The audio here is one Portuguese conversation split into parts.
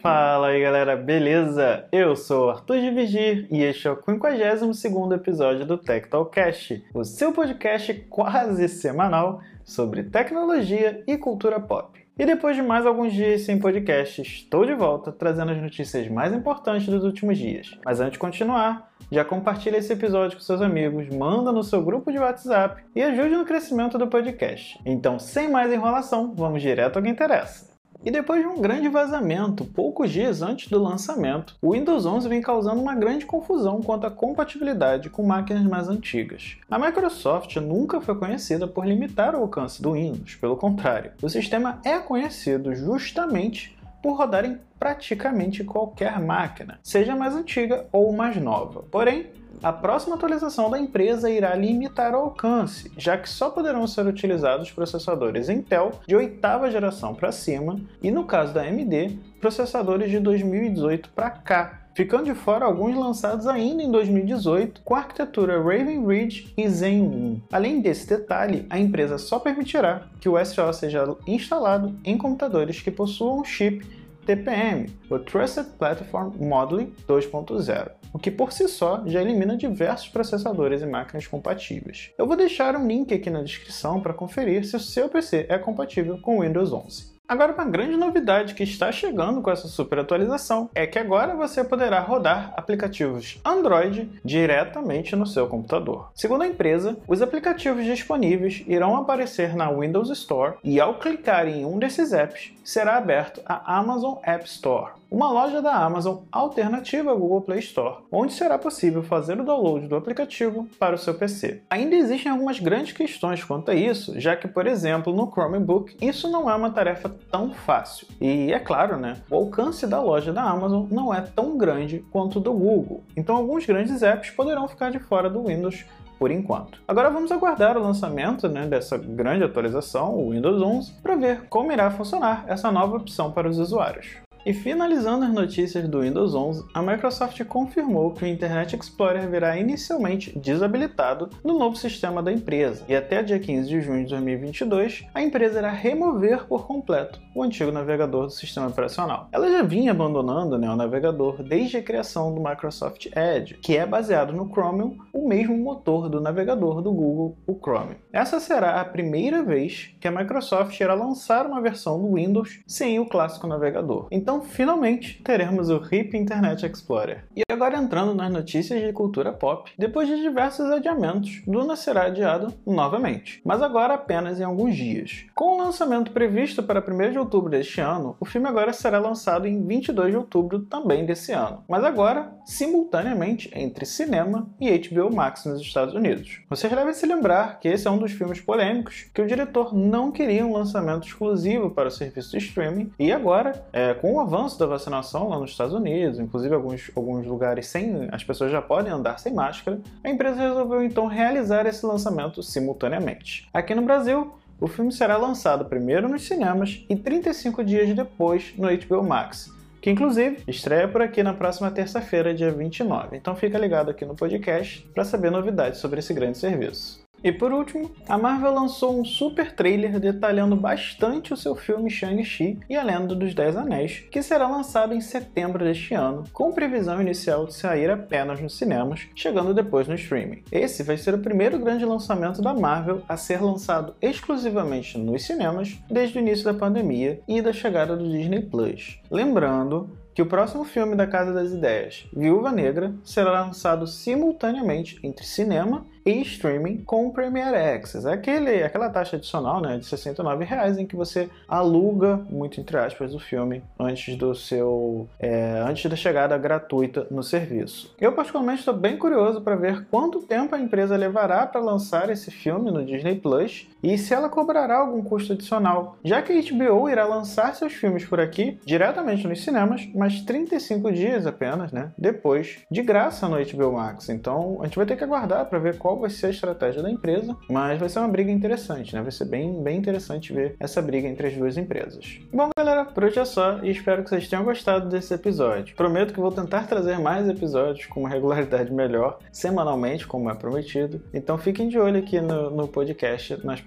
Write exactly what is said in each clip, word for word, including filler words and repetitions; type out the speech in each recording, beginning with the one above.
Fala aí galera, beleza? Eu sou Arthur de Vigir e este é o quinquagésimo segundo episódio do Tech Talkcast, o seu podcast quase semanal sobre tecnologia e cultura pop. E depois de mais alguns dias sem podcast, estou de volta trazendo as notícias mais importantes dos últimos dias. Mas antes de continuar, já compartilha esse episódio com seus amigos, manda no seu grupo de WhatsApp e ajude no crescimento do podcast. Então, sem mais enrolação, vamos direto ao que interessa. E depois de um grande vazamento, poucos dias antes do lançamento, o Windows onze vem causando uma grande confusão quanto à compatibilidade com máquinas mais antigas. A Microsoft nunca foi conhecida por limitar o alcance do Windows, pelo contrário, o sistema é conhecido justamente por rodar em praticamente qualquer máquina, seja mais antiga ou mais nova. Porém, a próxima atualização da empresa irá limitar o alcance, já que só poderão ser utilizados processadores Intel de oitava geração para cima e, no caso da A M D, processadores de dois mil e dezoito para cá, ficando de fora alguns lançados ainda em dois mil e dezoito com a arquitetura Raven Ridge e Zen um. Além desse detalhe, a empresa só permitirá que o S O seja instalado em computadores que possuam um chip T P M, o Trusted Platform Modeling dois ponto zero, o que por si só já elimina diversos processadores e máquinas compatíveis. Eu vou deixar um link aqui na descrição para conferir se o seu P C é compatível com o Windows onze. Agora, uma grande novidade que está chegando com essa super atualização é que agora você poderá rodar aplicativos Android diretamente no seu computador. Segundo a empresa, os aplicativos disponíveis irão aparecer na Windows Store e, ao clicar em um desses apps, será aberto a Amazon App Store, uma loja da Amazon alternativa ao Google Play Store, onde será possível fazer o download do aplicativo para o seu P C. Ainda existem algumas grandes questões quanto a isso, já que, por exemplo, no Chromebook, isso não é uma tarefa tão fácil. E é claro, né, o alcance da loja da Amazon não é tão grande quanto o do Google, então alguns grandes apps poderão ficar de fora do Windows por enquanto. Agora vamos aguardar o lançamento, né, dessa grande atualização, o Windows onze, para ver como irá funcionar essa nova opção para os usuários. E finalizando as notícias do Windows onze, a Microsoft confirmou que o Internet Explorer virá inicialmente desabilitado no novo sistema da empresa, e até dia quinze de junho de dois mil e vinte e dois, a empresa irá remover por completo o antigo navegador do sistema operacional. Ela já vinha abandonando, né, o navegador desde a criação do Microsoft Edge, que é baseado no Chromium, o mesmo motor do navegador do Google, o Chrome. Essa será a primeira vez que a Microsoft irá lançar uma versão do Windows sem o clássico navegador. Então, finalmente, teremos o R I P Internet Explorer. E agora entrando nas notícias de cultura pop, depois de diversos adiamentos, Duna será adiado novamente, mas agora apenas em alguns dias. Com o lançamento previsto para primeiro de outubro deste ano, o filme agora será lançado em vinte e dois de outubro também desse ano, mas agora simultaneamente entre cinema e H B O Max nos Estados Unidos. Vocês devem se lembrar que esse é um dos filmes polêmicos que o diretor não queria um lançamento exclusivo para o serviço de streaming, e agora, é, com o avanço da vacinação lá nos Estados Unidos, inclusive alguns, alguns lugares sem, as pessoas já podem andar sem máscara, a empresa resolveu então realizar esse lançamento simultaneamente. Aqui no Brasil, o filme será lançado primeiro nos cinemas e trinta e cinco dias depois no H B O Max, que inclusive estreia por aqui na próxima terça-feira, dia vinte e nove. Então fica ligado aqui no podcast para saber novidades sobre esse grande serviço. E por último, a Marvel lançou um super trailer detalhando bastante o seu filme Shang-Chi e a Lenda dos Dez Anéis, que será lançado em setembro deste ano, com previsão inicial de sair apenas nos cinemas, chegando depois no streaming. Esse vai ser o primeiro grande lançamento da Marvel a ser lançado exclusivamente nos cinemas desde o início da pandemia e da chegada do Disney Plus. Lembrando que o próximo filme da Casa das Ideias, Viúva Negra, será lançado simultaneamente entre cinema e streaming com o Premiere Access. É aquele, aquela taxa adicional, né, de sessenta e nove reais em que você aluga, muito entre aspas, o filme antes do seu, é, antes da chegada gratuita no serviço. Eu particularmente estou bem curioso para ver quanto tempo a empresa levará para lançar esse filme no Disney Plus e se ela cobrará algum custo adicional, já que a H B O irá lançar seus filmes por aqui diretamente nos cinemas, mas trinta e cinco dias apenas, né, depois, de graça no H B O Max. Então a gente vai ter que aguardar para ver qual vai ser a estratégia da empresa, mas vai ser uma briga interessante, né? Vai ser bem, bem interessante ver essa briga entre as duas empresas. Bom, galera, por hoje é só e espero que vocês tenham gostado desse episódio. Prometo que vou tentar trazer mais episódios com uma regularidade melhor, semanalmente, como é prometido. Então fiquem de olho aqui no, no podcast nas próximas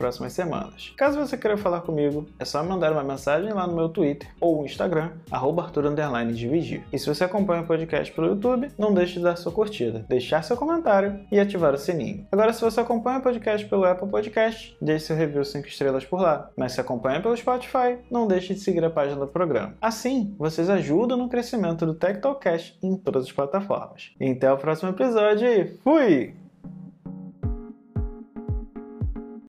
próximas semanas. Caso você queira falar comigo, é só mandar uma mensagem lá no meu Twitter ou Instagram, arroba Arthur underline Dividir. E se você acompanha o podcast pelo YouTube, não deixe de dar sua curtida, deixar seu comentário e ativar o sininho. Agora, se você acompanha o podcast pelo Apple Podcast, deixe seu review cinco estrelas por lá. Mas se acompanha pelo Spotify, não deixe de seguir a página do programa. Assim, vocês ajudam no crescimento do Tech Talk Cast em todas as plataformas. Então, até o próximo episódio e fui!